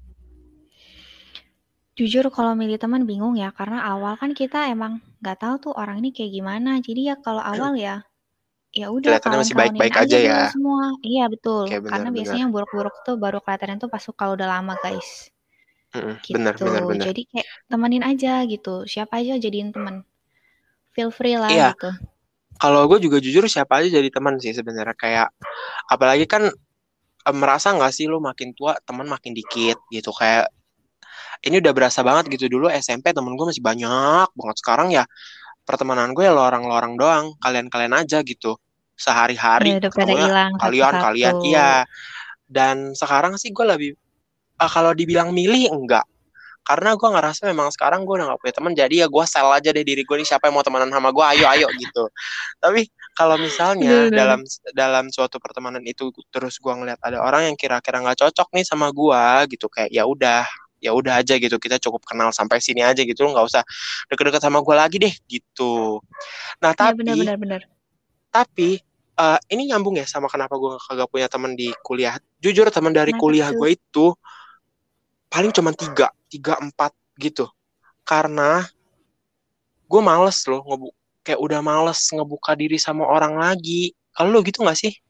Jujur kalau milih teman bingung ya karena awal kan kita emang nggak tahu tuh orang ini kayak gimana. Jadi ya kalau awal ya ya udah Kelihatannya masih kawan-kawanin baik-baik aja aja dulu ya. semua. Iya betul. Oke, Karena benar-benar. biasanya yang buruk-buruk tuh baru kelihatan tuh pas kalau udah lama guys. Gitu. Benar, benar, benar. Jadi kayak temenin aja gitu. Siapa aja jadiin teman. Feel free lah Iya. gitu. Kalau gue juga jujur siapa aja jadi teman sih sebenarnya kayak apalagi kan eh, merasa nggak sih lu makin tua teman makin dikit gitu kayak ini udah berasa banget gitu dulu S M P temen gue masih banyak banget sekarang ya pertemanan gue ya lorang-lorang doang kalian-kalian aja gitu sehari-hari Ya udah pada ketemunya hilang kalian satu-satu. kalian iya dan sekarang sih gue lebih ah, kalau dibilang milih enggak karena gue ngerasa memang sekarang gue udah gak punya teman jadi ya gue sel aja deh diri gue nih siapa yang mau temenan sama gue ayo ayo gitu tapi kalau misalnya Bener-bener. dalam dalam suatu pertemanan itu terus gue ngeliat ada orang yang kira-kira nggak cocok nih sama gue gitu kayak ya udah ya udah aja gitu kita cukup kenal sampai sini aja gitu nggak usah deket-deket sama gue lagi deh gitu nah Iya tapi benar-benar. tapi uh, ini nyambung ya sama kenapa gue kagak punya teman di kuliah jujur teman dari Kenapa kuliah tuh? gue itu paling cuma tiga, tiga, empat gitu. Karena gue males loh, ngebu kayak udah males ngebuka diri sama orang lagi. Kalau lo gitu gak sih?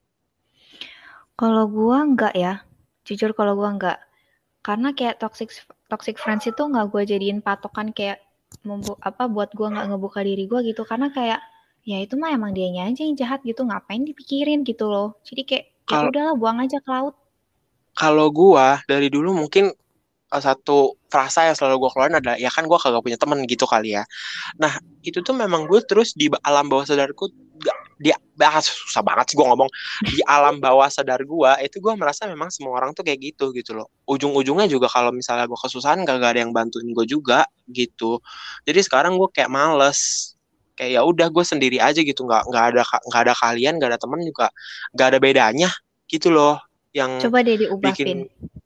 Kalau gue enggak ya. Jujur kalau gue enggak. Karena kayak toxic toxic friends itu nggak gue jadiin patokan kayak membu apa buat gue nggak ngebuka diri gue gitu. Karena kayak ya itu mah emang dianya aja yang jahat gitu, ngapain dipikirin gitu loh. Jadi kayak ya Kalau udahlah buang aja ke laut. kalau gua dari dulu mungkin uh, satu frasa yang selalu gue keluarin adalah ya kan gue kagak punya temen gitu kali ya. Nah itu tuh memang gue terus di alam bawah sadarku gak, di bahas susah banget sih gue ngomong di alam bawah sadar gue itu gue merasa memang semua orang tuh kayak gitu gitu loh. Ujung-ujungnya juga kalau misalnya gue kesusahan gak ada yang bantuin gue juga gitu. Jadi sekarang gue kayak males kayak ya udah gue sendiri aja gitu nggak nggak ada nggak ada kalian nggak ada temen juga nggak ada bedanya gitu loh yang Coba deh diubah, Pin. bikin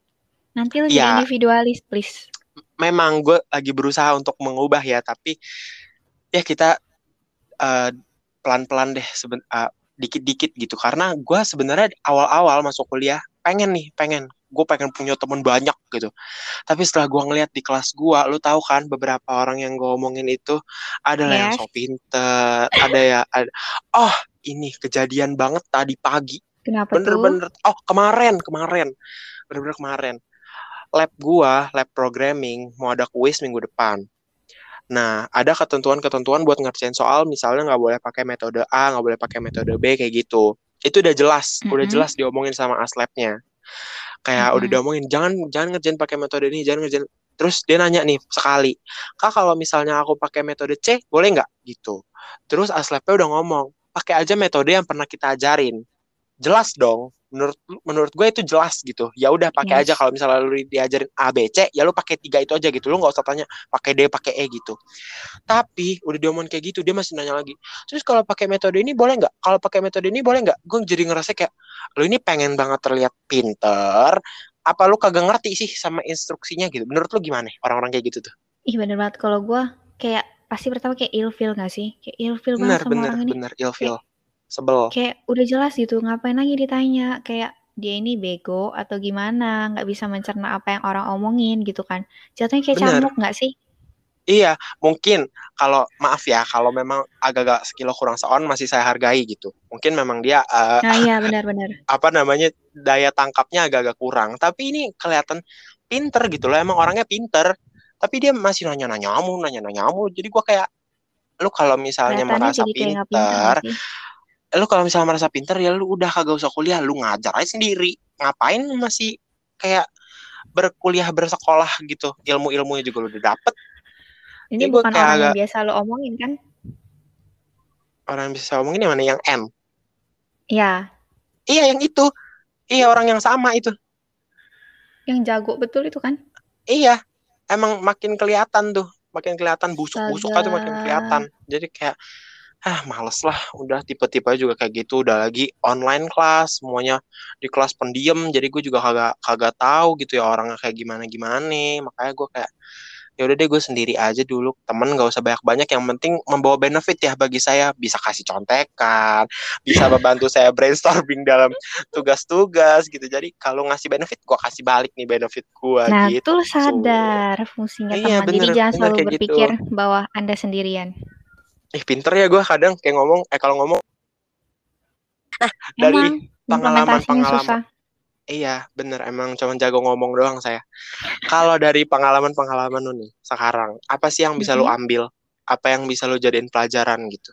Nanti lo jadi ya individualis, please. memang gue lagi berusaha untuk mengubah ya tapi ya kita uh, pelan-pelan deh seben uh, dikit-dikit gitu karena gue sebenarnya awal-awal masuk kuliah pengen nih pengen gue pengen punya teman banyak gitu tapi setelah gue ngeliat di kelas gue lu tahu kan beberapa orang yang gue omongin itu adalah yang Yes. so pinter ada ya ada, oh ini kejadian banget tadi pagi Kenapa bener-bener tuh? oh kemarin kemarin bener-bener kemarin lab gua, lab programming, mau ada kuis minggu depan. Nah, ada ketentuan-ketentuan buat ngerjain soal, misalnya nggak boleh pakai metode A, nggak boleh pakai metode B, kayak gitu. Itu udah jelas, udah Mm-mm. jelas diomongin sama aslabnya. Kayak udah Mm-mm. diomongin, jangan jangan ngerjain pakai metode ini, jangan ngerjain. Terus dia nanya nih sekali, kak kalau misalnya aku pakai metode C, boleh nggak? Gitu. Terus aslabnya udah ngomong, pakai aja metode yang pernah kita ajarin. Jelas dong menurut menurut gue itu jelas gitu ya udah pakai aja Yes. kalau misalnya lu diajarin A B C ya lu pakai tiga itu aja gitu lu nggak usah tanya pakai D pakai E gitu tapi udah diomongin kayak gitu dia masih nanya lagi terus kalau pakai metode ini boleh nggak kalau pakai metode ini boleh nggak gue jadi ngerasa kayak lu ini pengen banget terlihat pinter apa lu kagak ngerti sih sama instruksinya gitu menurut lu gimana orang-orang kayak gitu tuh Ih bener banget kalau gue kayak pasti pertama kayak ilfeel gak sih? Kayak ilfeel banget bener sama bener orang ini. bener Kayak ilfeel sebel kayak udah jelas gitu ngapain lagi ditanya kayak dia ini bego atau gimana nggak bisa mencerna apa yang orang omongin gitu kan jatuhnya kayak bener camuk nggak sih? Iya, mungkin kalau maaf ya, kalau memang agak-agak sekilo kurang seon masih saya hargai gitu. Mungkin memang dia uh, Nah iya benar-benar apa namanya daya tangkapnya agak-agak kurang. Tapi ini kelihatan pinter gitu loh. Emang orangnya pinter. Tapi dia masih nanya-nanya kamu, nanya-nanya kamu. Jadi gua kayak, lu kalau misalnya kelihatannya merasa jadi kayak nggak pinter pinter, nggak sih? lu kalau misalnya merasa pinter ya lu udah kagak usah kuliah, lu ngajar aja sendiri. Ngapain masih kayak berkuliah bersekolah gitu. Ilmu-ilmunya juga lu udah dapet. Ini Jadi gue bukan kayak orang yang agak biasa lo omongin kan? orang yang bisa ngomongin yang mana yang M. Ya Iya yang itu. Iya orang yang sama itu. yang jago betul itu kan? Iya. Emang makin kelihatan tuh. Makin kelihatan busuk-busuk Astaga. aja makin kelihatan. Jadi kayak ah males lah. Udah tipe-tipe juga kayak gitu. Udah lagi online kelas. Semuanya di kelas pendiam. Jadi gue juga kagak kagak tahu gitu ya orangnya kayak gimana-gimana. Makanya gue kayak ya udah deh gue sendiri aja dulu temen nggak usah banyak-banyak yang penting membawa benefit ya bagi saya bisa kasih contekan bisa membantu saya brainstorming dalam tugas-tugas gitu jadi kalau ngasih benefit gue kasih balik nih benefit gue Nah, gitu tuh sadar fungsinya iya teman. Jadi bener jangan bener selalu kayak gitu berpikir bahwa Anda sendirian. ih pinter ya gue kadang kayak ngomong eh kalau ngomong dari Emang implementasinya pengalaman-pengalaman susah. iya bener emang cuma jago ngomong doang saya kalau dari pengalaman-pengalaman lu nih sekarang apa sih yang bisa lu Mm-mm. ambil apa yang bisa lu jadiin pelajaran gitu.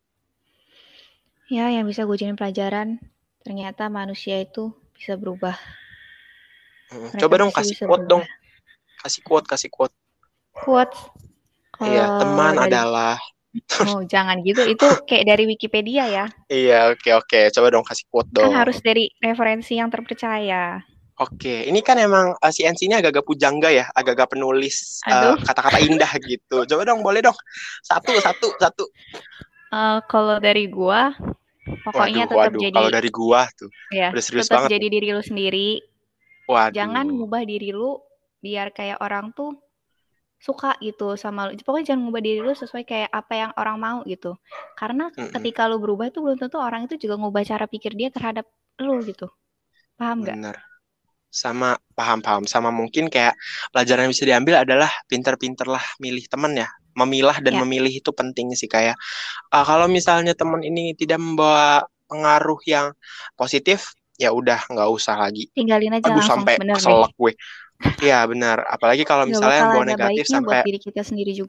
Ya, yang bisa gue jadiin pelajaran, ternyata manusia itu bisa berubah. Hmm, Mereka Coba dong pasti kasih bisa quote dong, berubah. kasih quote, kasih quote. Quotes, Iya, kalau teman dari, adalah. oh jangan gitu, itu kayak dari Wikipedia ya. Iya, oke oke. Coba dong kasih quote Kan dong. harus dari referensi yang terpercaya. Oke, ini kan emang uh, si N C ini agak-agak pujangga ya, agak-agak penulis uh, Aduh, kata-kata indah gitu. Coba dong, boleh dong. Satu, satu, satu. eh, kalau dari gua, pokoknya Waduh, tetap waduh. Kalau jadi, dari gua tuh, ya, udah serius tetap banget jadi nih. diri lu sendiri. Jangan Waduh, ngubah diri lu biar kayak orang tuh suka gitu sama lu. Pokoknya jangan ngubah diri lu sesuai kayak apa yang orang mau gitu. Karena Mm-mm, ketika lu berubah itu belum tentu orang itu juga ngubah cara pikir dia terhadap lu gitu. Paham nggak? bener. Sama paham-paham. Sama mungkin kayak pelajaran yang bisa diambil adalah pinter-pinter lah milih temen ya. Memilah dan Ya, memilih itu penting sih kayak uh, kalau misalnya teman ini tidak membawa pengaruh yang positif, ya udah nggak usah lagi. tinggalin aja Aduh langsung. sampai Bener deh. keselak gue. Iya benar. Apalagi kalau Nggak misalnya bakal yang bawa ada negatif baiknya buat sampai diri kita sendiri juga.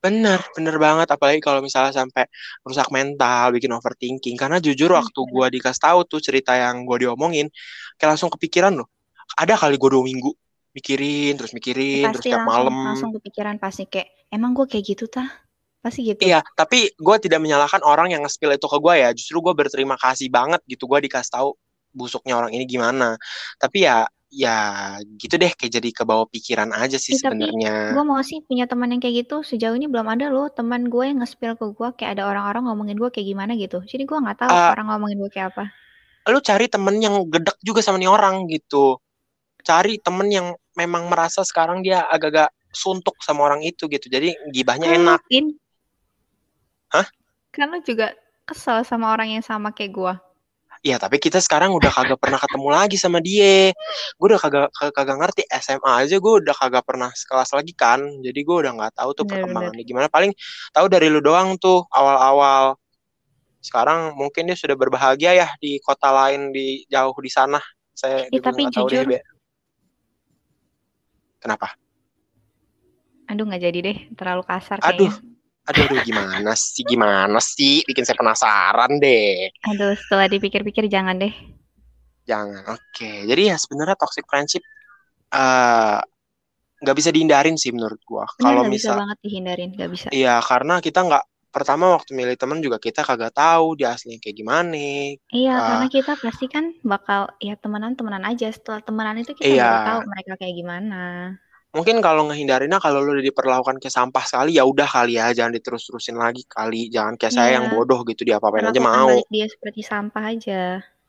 Bener, bener banget. Apalagi kalau misalnya sampai rusak mental, bikin overthinking. Karena jujur Hmm, waktu bener. gue dikasih tahu tuh cerita yang gue diomongin, kayak langsung kepikiran loh. Ada kali gue dua minggu mikirin, terus Ya, mikirin, terus pasti tiap langsung malam. langsung kepikiran pasti kayak emang gue kayak gitu tah? Pasti gitu. Iya, tapi gue tidak menyalahkan orang yang nge-spill itu ke gue ya. Justru gue berterima kasih banget gitu. Gue dikasih tahu busuknya orang ini gimana. Tapi ya, ya gitu deh. Kayak jadi kebawa pikiran aja sih Ih, tapi sebenarnya. gue mau sih punya teman yang kayak gitu. Sejauh ini belum ada loh teman gue yang nge-spill ke gue kayak ada orang-orang ngomongin gue kayak gimana gitu. Jadi gue nggak tahu Ah, orang ngomongin gue kayak apa. lu cari temen yang gedek juga sama nih orang gitu. Cari temen yang memang merasa sekarang dia agak-agak suntuk sama orang itu gitu. Jadi gibahnya Kalau lo enak. Pin, Hah? kan lo juga kesel sama orang yang sama kayak gue. Ya, tapi kita sekarang udah kagak pernah ketemu lagi sama dia. Gue udah kagak kagak kagak ngerti S M A aja gue udah kagak pernah sekelas lagi kan. Jadi gue udah nggak tahu tuh Bener-bener. perkembangannya gimana. Paling tahu dari lu doang tuh awal-awal. Sekarang mungkin dia sudah berbahagia ya di kota lain di jauh di sana. Saya Ih, juga tapi nggak tahu deh, jujur, Be. Kenapa? aduh nggak jadi deh, terlalu kasar Aduh, kayaknya. aduh, aduh, gimana sih, gimana sih? Bikin saya penasaran deh. Aduh, setelah dipikir-pikir jangan deh. Jangan, oke. Jadi ya sebenarnya toxic friendship eh, nggak bisa dihindarin sih menurut gua. Bener Kalau nggak bisa misal, banget dihindarin, nggak bisa. iya karena kita nggak pertama waktu milih teman juga kita kagak tahu dia aslinya kayak gimana. Iya, Eh, karena kita pasti kan bakal ya temenan-temenan aja. Setelah temenan itu kita iya, baru tahu mereka kayak gimana. mungkin kalau ngehindarinnya kalau lu udah diperlakukan kayak sampah sekali ya udah kali ya, jangan diterus-terusin lagi kali. Jangan kayak saya yang Iya, bodoh gitu dia apa-apain aja perlakukan mau. balik dia seperti sampah aja.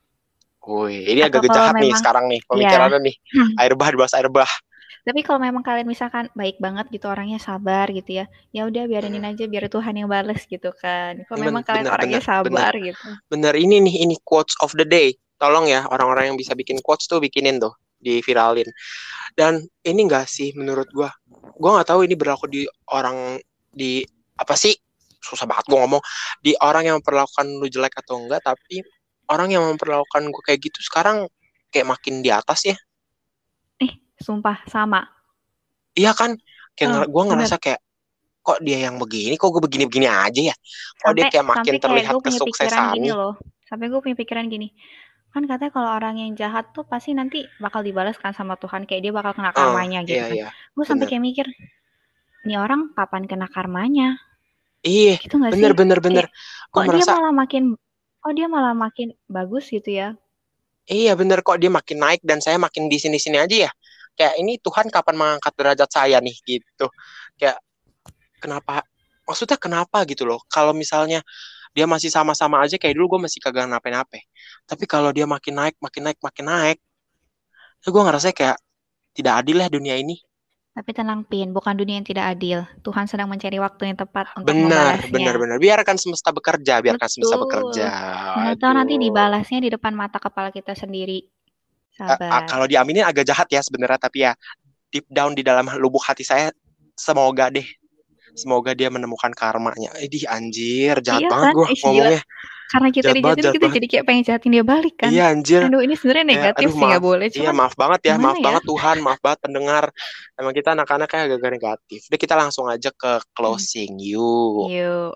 Wih, ini Atau agak kalau jahat nih memang, sekarang nih ya. pemikirannya nih. Air bah dibahas air bah. Tapi kalau memang kalian misalkan baik banget gitu orangnya sabar gitu ya, ya udah biarinin aja biar Tuhan yang bales gitu kan. Kalau memang Ben- kalian Bener, orangnya bener, bener. sabar gitu. Bener, ini nih, ini quotes of the day. Tolong ya, orang-orang yang bisa bikin quotes tuh bikinin tuh, diviralin. Dan ini enggak sih menurut gua. Gua nggak tahu ini berlaku di orang di apa sih? Susah banget gua ngomong. Di orang yang memperlakukan lu jelek atau enggak, tapi orang yang memperlakukan gua kayak gitu sekarang kayak makin di atas ya. Eh, sumpah sama. Iya kan? Kayak Oh, nger- gua bener. ngerasa kayak kok dia yang begini, kok gue begini-begini aja ya. Kok dia Sampai kayak makin sampai kayak terlihat gue punya pikiran gini kesuksesannya. loh. Sampai gue punya pikiran gini. Kan katanya kalau orang yang jahat tuh pasti nanti bakal dibalas kan sama Tuhan. Kayak dia bakal kena Oh, karmanya gitu iya kan. iya, Gue sampai bener. kayak mikir, nih orang kapan kena karmanya? Iya, Gitu gak bener sih? bener bener. Kayak Gue kok dia merasa malah makin, kok dia malah makin bagus gitu ya? iya bener kok dia makin naik dan saya makin di sini-sini aja ya. Kayak ini Tuhan kapan mengangkat derajat saya nih gitu. Kayak kenapa? Maksudnya kenapa gitu loh? Kalau misalnya dia masih sama-sama aja kayak dulu gue masih kagak nape-nape. Tapi kalau dia makin naik, makin naik, makin naik, ya gue ngerasa kayak tidak adil lah dunia ini. Tapi tenang Pin, bukan dunia yang tidak adil. Tuhan sedang mencari waktu yang tepat untuk Benar, benar, membalasnya. benar. Biarkan semesta bekerja, biarkan semesta bekerja. Betul. Mana tahu nanti Aduh. dibalasnya di depan mata kepala kita sendiri. Eh, ah, Sabar. kalau diaminin agak jahat ya sebenarnya, tapi ya deep down di dalam lubuk hati saya semoga deh, semoga dia menemukan karmanya. Idih anjir, jahat Iya banget kan? gue Ih, gila. ngomongnya. Karena kita Jahat banget, dijahatin, jahat kita banget. jadi kayak pengen jahatin dia balik kan. Iya anjir. Aduh, ini sebenarnya Kayak, negatif aduh sih, nggak maaf. boleh. Iya Cuman maaf banget ya, gimana maaf ya? banget Tuhan, maaf banget pendengar. Emang kita anak-anak kayak agak negatif. Udah kita langsung aja ke closing yuk. Yuk.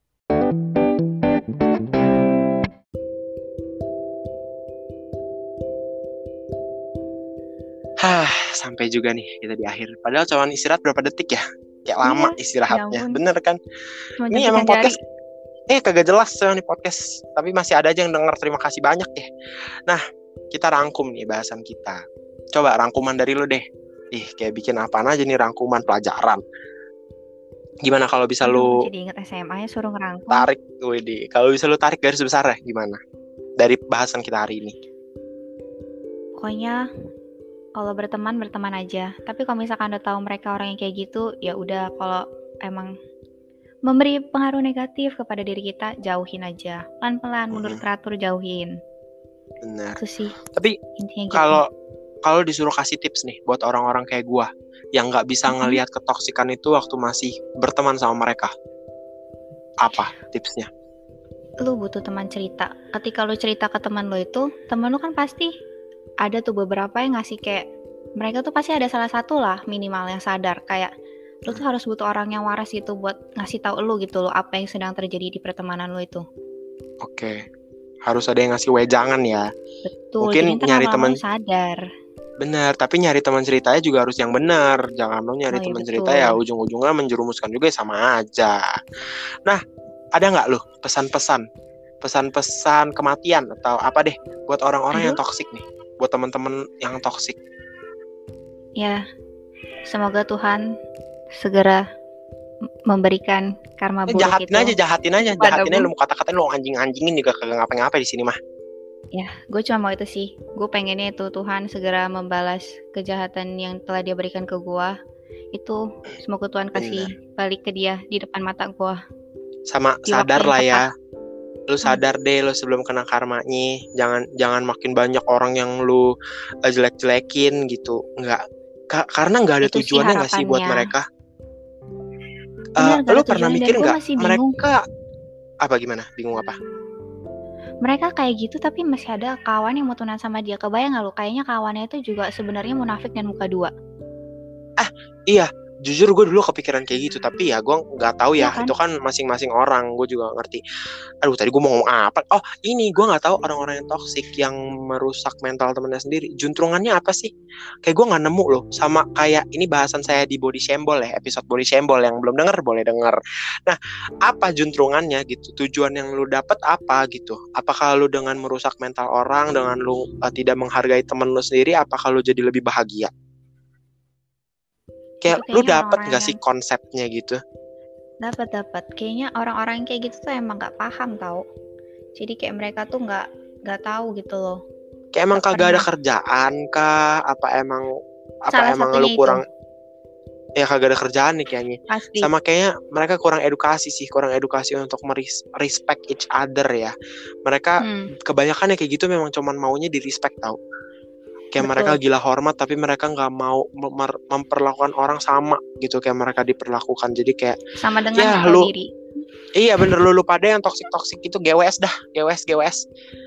Hah, sampai juga nih kita di akhir. Padahal cuma istirahat berapa detik ya? Kayak lama Iya, istirahatnya. ya ampun. Bener kan? Cuma Ini jentikan emang podcast jari. eh kagak jelas soal nih podcast. Tapi masih ada aja yang denger. Terima kasih banyak ya. Nah, kita rangkum nih bahasan kita. Coba rangkuman dari lu deh. Ih, kayak bikin apaan aja nih rangkuman pelajaran. Gimana kalau bisa Aduh, lu jadi inget S M A ya suruh ngerangkum. tarik tuh ini. Kalau bisa lu tarik garis besar ya gimana? Dari bahasan kita hari ini. Pokoknya kalau berteman berteman aja. Tapi kalau misalkan udah tahu mereka orang yang kayak gitu, ya udah kalau emang memberi pengaruh negatif kepada diri kita, jauhin aja. Pelan-pelan, mundur Mm-mm. teratur, jauhin. Benar. Itu sih Tapi intinya gitu. kalau kalau disuruh kasih tips nih buat orang-orang kayak gua yang nggak bisa Mm-mm. ngelihat ketoksikan itu waktu masih berteman sama mereka, apa tipsnya? Lu butuh teman cerita. Ketika lu cerita ke teman lu itu, teman lu kan pasti ada tuh beberapa yang ngasih kayak mereka tuh pasti ada salah satu lah minimal yang sadar kayak Lu tuh harus butuh orang yang waras gitu buat ngasih tahu lu gitu loh apa yang sedang terjadi di pertemanan lu itu. Oke, harus ada yang ngasih wejangan ya. Betul, Mungkin jadi ntar nyari lama-lama teman lu sadar. benar, tapi nyari teman ceritanya juga harus yang benar. Jangan lo nyari Oh iya teman cerita ya betul. ujung-ujungnya menjerumuskan juga sama aja. Nah, ada nggak lo pesan-pesan, pesan-pesan kematian atau apa deh buat orang-orang yang Aduh, toksik nih, buat teman-teman yang toksik. ya semoga Tuhan segera m- memberikan karma Eh, buruk jahatin itu aja, jahatin aja, jahatin aja. kepadamu. Lu mau kata-katain lu anjing-anjingin juga kagak ngapa-ngapa di sini mah. Ya, gue cuma mau itu sih. Gue pengennya itu Tuhan segera membalas kejahatan yang telah dia berikan ke gue. Itu semoga Tuhan kasih Bener. balik ke dia di depan mata gue Sama di sadar waktu yang lah ya. tepat. Lu sadar deh lu sebelum kena karmanya. Jangan jangan makin banyak orang yang lu eh, jelek-jelekin gitu. Enggak. Ka- karena nggak ada Itu sih tujuannya nggak sih buat harapannya. mereka. Benar, Eh, gak lu ada pernah tujuannya dan mikir gue nggak masih bingung. mereka apa gimana? Bingung apa? Mereka kayak gitu tapi masih ada kawan yang mau tunangan sama dia. Kebayang gak lu? Kayaknya kawannya itu juga sebenarnya munafik dan muka dua. Iya, jujur gue dulu kepikiran kayak gitu, tapi ya gue nggak tahu ya, Iya kan? itu kan masing-masing orang, gue juga ngerti. Aduh, tadi gue mau ngomong apa? Oh, ini gue nggak tahu orang-orang yang toksik yang merusak mental temennya sendiri. Juntrungannya apa sih? Kayak gue nggak nemu loh. Sama kayak ini bahasan saya di Body Shambol ya, episode Body Shambol yang belum denger boleh denger. Nah, apa juntrungannya gitu? Tujuan yang lu dapat apa gitu? Apakah lu dengan merusak mental orang, dengan lu uh, tidak menghargai temen lu sendiri, apakah lu jadi lebih bahagia? Kayak Itu lu kayaknya dapet orang-orang gak sih yang konsepnya gitu? dapat dapat. Kayaknya orang-orang yang kayak gitu tuh emang nggak paham tau. Jadi kayak mereka tuh nggak nggak tahu gitu loh. Kayak emang Nggak kagak ada pernah. kerjaan kah? Apa emang apa Salah emang satunya lu itu kurang ya kagak ada kerjaan nih kayaknya. pasti. Sama kayaknya mereka kurang edukasi sih, kurang edukasi untuk meris- respect each other ya. Mereka Hmm, kebanyakan ya kayak gitu memang cuman maunya di respect tau. Kayak mereka betul. gila hormat tapi mereka nggak mau mem- memperlakukan orang sama gitu kayak mereka diperlakukan. Jadi kayak Sama dengan ya nggak tahu lu diri. iya bener lu lu pada yang toksik toksik itu G W S dah, G W S G W S.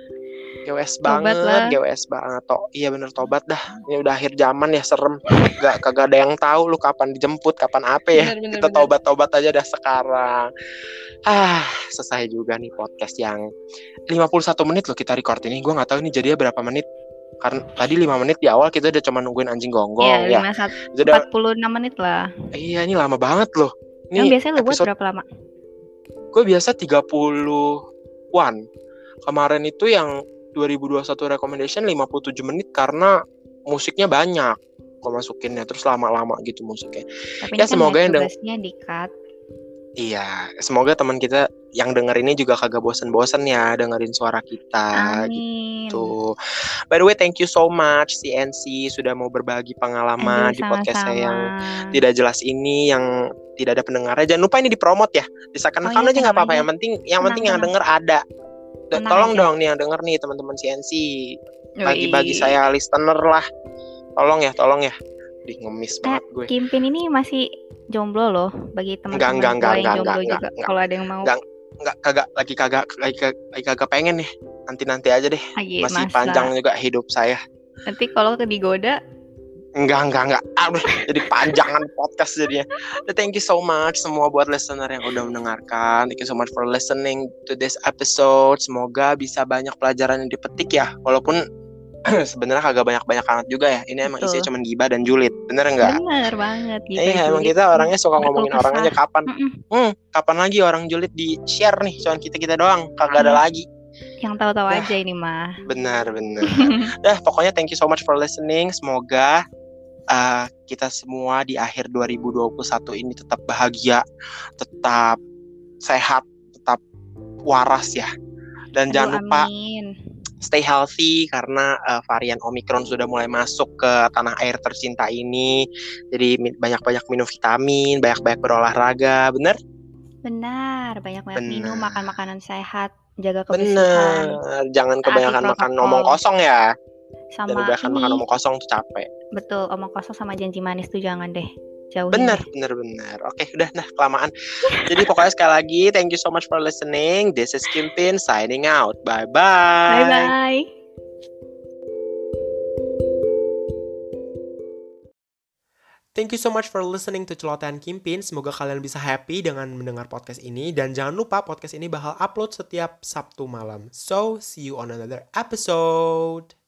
G W S Tobat banget, lah. G W S banget. Toh, iya bener tobat dah. Ini udah akhir zaman ya serem. Gak kagak ada yang tahu lu kapan dijemput, kapan apa ya. Bener bener Kita bener. tobat-tobat aja dah sekarang. Ah, selesai juga nih podcast yang lima puluh satu menit loh kita record ini. Gue nggak tahu ini jadinya berapa menit. Karena tadi lima menit di awal kita udah cuma nungguin anjing Ya, gonggong ya. lima satu Itu udah empat puluh enam menit lah. iya ini lama banget loh. Emang Ini biasanya lu buat episode berapa lama? gue biasa tiga puluhan. Kemarin itu yang dua ribu dua puluh satu recommendation lima puluh tujuh menit karena musiknya banyak gue masukinnya terus lama-lama gitu musiknya. Tapi Ya ini kan semoga naik yang deng- tugasnya di cut. iya, semoga teman kita yang denger ini juga kagak bosen-bosen ya dengerin suara kita Amin. gitu. By the way, thank you so much C N C sudah mau berbagi pengalaman Aduh, di podcast saya yang sama-sama. tidak jelas ini, yang tidak ada pendengarnya. Jangan lupa ini dipromot ya, Oh disekan-sekan iya, aja nggak tenang apa-apa. aja. Yang penting, yang Tenang, penting yang tenang. denger ada. Da- Tenang Tolong aja. dong nih yang denger nih teman-teman C N C, bagi-bagi Yoi. saya listener lah. Tolong ya, tolong ya. Di ngemis Eh, banget gue. Kimpin ini masih jomblo loh bagi Enggak, teman-teman enggak, gue enggak, yang enggak, jomblo enggak, juga. enggak, Kalau ada yang mau. enggak, enggak, kagak, lagi kagak, lagi kagak, lagi kagak pengen nih. Nanti-nanti aja deh. Lagi Masih masa. panjang juga hidup saya. Nanti kalau digoda, Enggak, enggak, enggak. Aduh, jadi panjangan podcast jadinya. But thank you so much semua buat listener yang udah mendengarkan. Thank you so much for listening to this episode. Semoga bisa banyak pelajaran yang dipetik ya. Walaupun sebenarnya kagak banyak-banyak amat juga ya. Ini emang isinya betul. cuma gibah dan julid. Bener enggak? Bener banget. Gitu, Iya, emang julid kita orangnya suka berkeluh ngomongin orang aja kesah. kapan. Mm-mm. Hmm, kapan lagi orang julid di share nih? Cuman kita-kita doang. Kagak ada Iya. lagi. Yang tahu-tahu Dah. aja ini mah. Benar, benar. Dah, pokoknya thank you so much for listening. Semoga uh, kita semua di akhir dua ribu dua puluh satu ini tetap bahagia, tetap sehat, tetap waras ya. Dan Aduh, jangan lupa amin. stay healthy karena uh, varian Omicron sudah mulai masuk ke tanah air tercinta ini. Jadi mi- banyak-banyak minum vitamin, banyak-banyak berolahraga, bener? Benar, banyak-banyak minum, Benar. makan makanan sehat, jaga kebersihan, Bener. Jangan taati kebanyakan makan protokol. omong kosong ya. Jangan Sama kebanyakan makan ini, omong kosong tuh capek. betul, omong kosong sama janji manis tuh jangan deh. Jauhin Bener, deh. bener, bener. Oke, udah, nah kelamaan. Jadi pokoknya sekali lagi, thank you so much for listening. This is Kimpin signing out. Bye-bye. Bye-bye. Thank you so much for listening to Celotehan Kimpin. Semoga kalian bisa happy dengan mendengar podcast ini. Dan jangan lupa podcast ini bakal upload setiap Sabtu malam. So, see you on another episode.